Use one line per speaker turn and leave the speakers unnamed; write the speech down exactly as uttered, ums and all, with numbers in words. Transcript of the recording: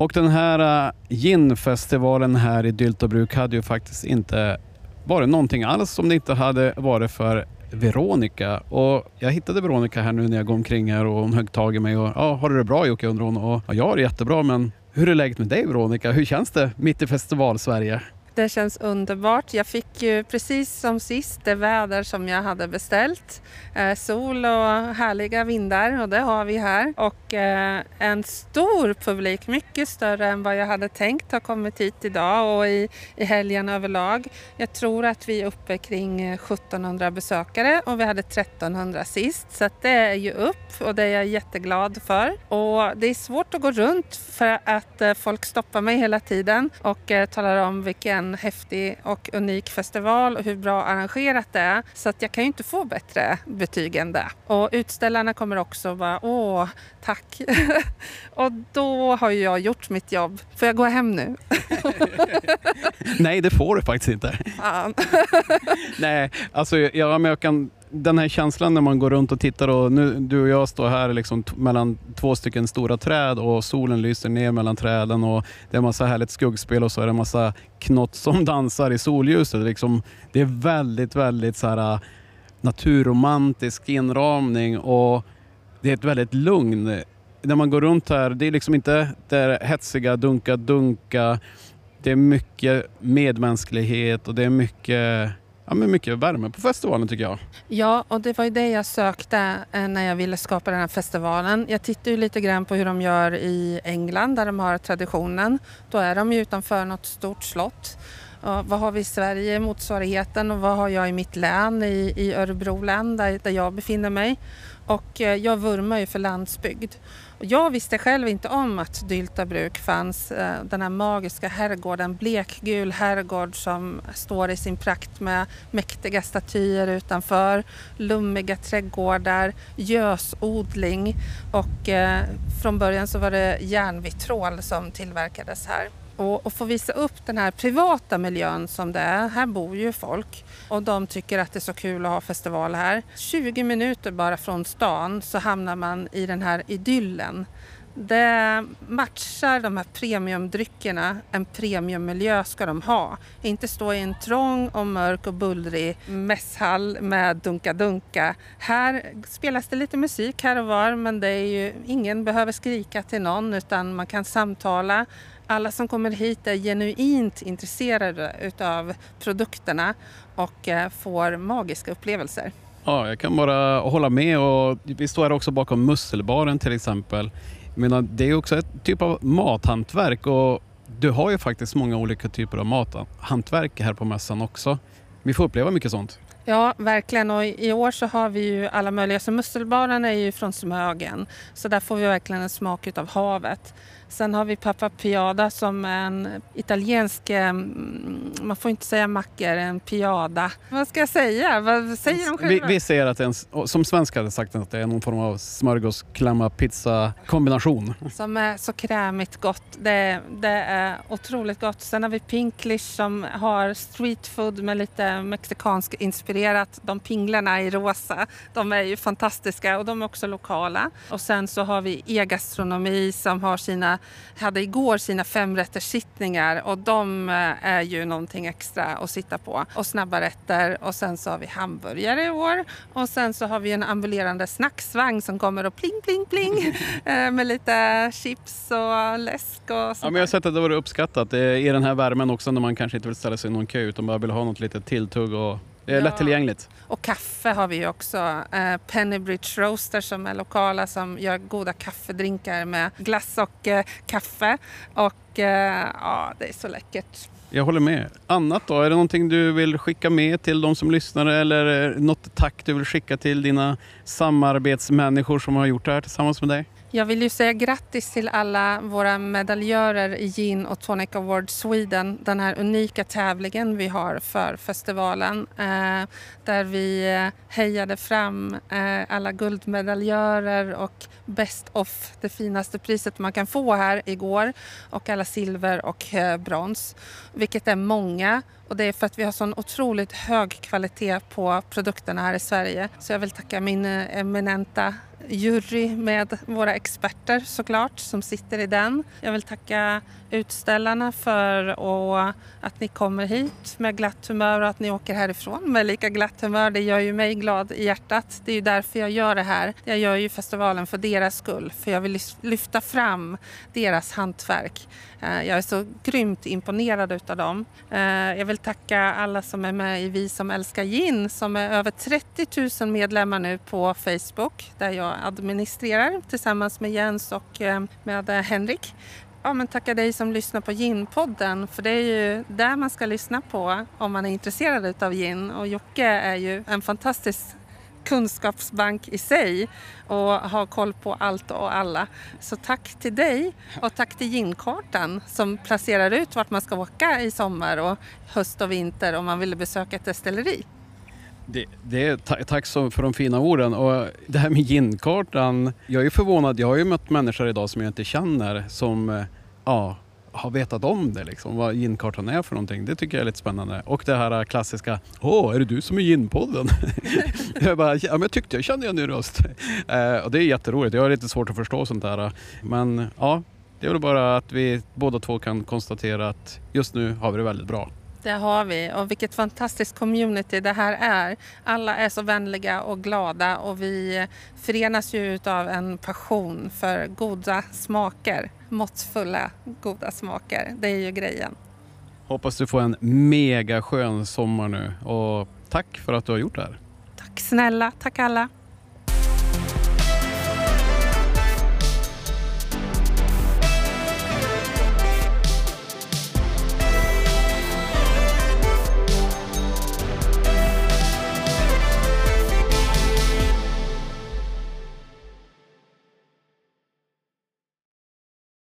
Och den här ginfestivalen här i Dyltabruk hade ju faktiskt inte varit någonting alls om det inte hade varit för Veronica. Och jag hittade Veronica här nu när jag går omkring här och hon högg tag i mig. Och, ja, har du det bra Jocke, undrar hon. Och, ja, jag har det jättebra, men hur är läget med dig Veronica? Hur känns det mitt i festival Sverige?
Det känns underbart. Jag fick ju precis som sist det väder som jag hade beställt. Eh, sol och härliga vindar, och det har vi här. Och eh, en stor publik, mycket större än vad jag hade tänkt, har kommit hit idag och i, i helgen överlag. Jag tror att vi är uppe kring sjuttonhundra besökare och vi hade trettonhundra sist. Så att det är ju upp och det är jag jätteglad för. Och det är svårt att gå runt för att eh, folk stoppar mig hela tiden och eh, talar om vilken en häftig och unik festival och hur bra arrangerat det är. Så att jag kan ju inte få bättre betyg än det. Och utställarna kommer också vara, åh, tack. Och då har jag gjort mitt jobb. Får jag gå hem nu?
Nej, det får du faktiskt inte.
Fan.
Nej, alltså jag, jag kan... Den här känslan när man går runt och tittar och nu, du och jag står här liksom t- mellan två stycken stora träd och solen lyser ner mellan träden och det är en massa härligt skuggspel och så är det en massa knott som dansar i solljuset. Liksom, det är väldigt, väldigt så här naturromantisk inramning och det är ett väldigt lugn. När man går runt här, det är liksom inte det hetsiga dunka-dunka. Det är mycket medmänsklighet och det är mycket... Ja, men mycket värme på festivalen tycker jag.
Ja, och det var ju det jag sökte när jag ville skapa den här festivalen. Jag tittar ju lite grann på hur de gör i England där de har traditionen. Då är de ju utanför något stort slott. Och vad har vi i Sverige, motsvarigheten, och vad har jag i mitt län, i, i Örebro län där, där jag befinner mig. Och jag vurmar ju för landsbygd. Och jag visste själv inte om att Dyltabruk fanns, den här magiska herrgården, blekgul herrgård som står i sin prakt med mäktiga statyer utanför, lummiga trädgårdar, gösodling och eh, från början så var det järnvitrol som tillverkades här. Och, och få visa upp den här privata miljön som det är. Här bor ju folk och de tycker att det är så kul att ha festival här. tjugo minuter bara från stan så hamnar man i den här idyllen. Det matchar de här premiumdryckerna. En premiummiljö ska de ha. Inte stå i en trång och mörk och bullrig mässhall med dunka-dunka. Här spelas det lite musik här och var, men det är ju, ingen behöver skrika till någon utan man kan samtala. Alla som kommer hit är genuint intresserade utav produkterna och får magiska upplevelser.
Ja, jag kan bara hålla med och vi står här också bakom Musselbaren till exempel. Jag menar, det är också ett typ av mathantverk och du har ju faktiskt många olika typer av mathantverk här på mässan också. Vi får uppleva mycket sånt.
Ja, verkligen. Och i år så har vi ju alla möjliga. Så Musselbaren är ju från Smögen. Så där får vi verkligen en smak av havet. Sen har vi Pappa Piada som är en italiensk, man får inte säga mackor, en piada. Vad ska jag säga? Vad säger de själva?
Vi, vi säger att det är en, som svenskar hade sagt att det är någon form av smörgås, klämma, pizza kombination. Som
är så krämigt gott. Det, det är otroligt gott. Sen har vi Pinklish som har street food med lite mexikansk inspirerat. De pinglarna i rosa, de är ju fantastiska och de är också lokala. Och sen så har vi e-gastronomi som har sina hade igår sina femrättersittningar och de är ju någonting extra att sitta på. Och snabba rätter och sen så har vi hamburgare i år och sen så har vi en ambulerande snacksvagn som kommer och pling pling pling med lite chips och läsk och sånt.
Ja, men jag har sett att det var uppskattat i den här värmen också när man kanske inte vill ställa sig i någon kö utan bara vill ha något litet tilltugg och det är ja. lättillgängligt.
Och kaffe har vi ju också. Eh, Pennybridge Roaster som är lokala som gör goda kaffedrinkar med glass och eh, kaffe. Och eh, ja, det är så läckert.
Jag håller med. Annat då? Är det någonting du vill skicka med till de som lyssnar eller något tack du vill skicka till dina samarbetsmänniskor som har gjort det här tillsammans med dig?
Jag vill ju säga grattis till alla våra medaljörer i Gin och Tonic Award Sweden. Den här unika tävlingen vi har för festivalen. Eh, där vi hejade fram eh, alla guldmedaljörer och best of, det finaste priset man kan få här igår. Och alla silver och eh, brons. Vilket är många. Och det är för att vi har sån otroligt hög kvalitet på produkterna här i Sverige. Så jag vill tacka min eminenta jury med våra experter såklart som sitter i den. Jag vill tacka utställarna för och att ni kommer hit med glatt humör och att ni åker härifrån med lika glatt humör. Det gör ju mig glad i hjärtat. Det är ju därför jag gör det här. Jag gör ju festivalen för deras skull, för jag vill lyfta fram deras hantverk. Jag är så grymt imponerad utav dem. Jag vill tacka alla som är med i Vi som älskar gin, som är över trettio tusen medlemmar nu på Facebook, där jag administrerar tillsammans med Jens och med Henrik. Ja, men tacka dig som lyssnar på Gin-podden, för det är ju där man ska lyssna på om man är intresserad av gin. Och Jocke är ju en fantastisk kunskapsbank i sig och har koll på allt och alla. Så tack till dig och tack till Ginkartan som placerar ut vart man ska åka i sommar och höst och vinter om man vill besöka ett destilleri.
Det, det är, ta, tack så för de fina orden. Och det här med Ginkartan, jag är förvånad. Jag har ju mött människor idag som jag inte känner som ja, har vetat om det, liksom, vad Ginkartan är för någonting. Det tycker jag är lite spännande. Och det här klassiska, åh, är det du som är Ginpodden? jag bara, ja men jag tyckte jag kände en ny röst. Eh, och det är jätteroligt. Jag har lite svårt att förstå sånt här. Men ja, det är väl bara att vi båda två kan konstatera att just nu har vi det väldigt bra.
Det har vi, och vilket fantastiskt community det här är. Alla är så vänliga och glada och vi förenas ju av en passion för goda smaker. Måttfulla goda smaker, det är ju grejen.
Hoppas du får en mega skön sommar nu och tack för att du har gjort det här.
Tack snälla, tack alla.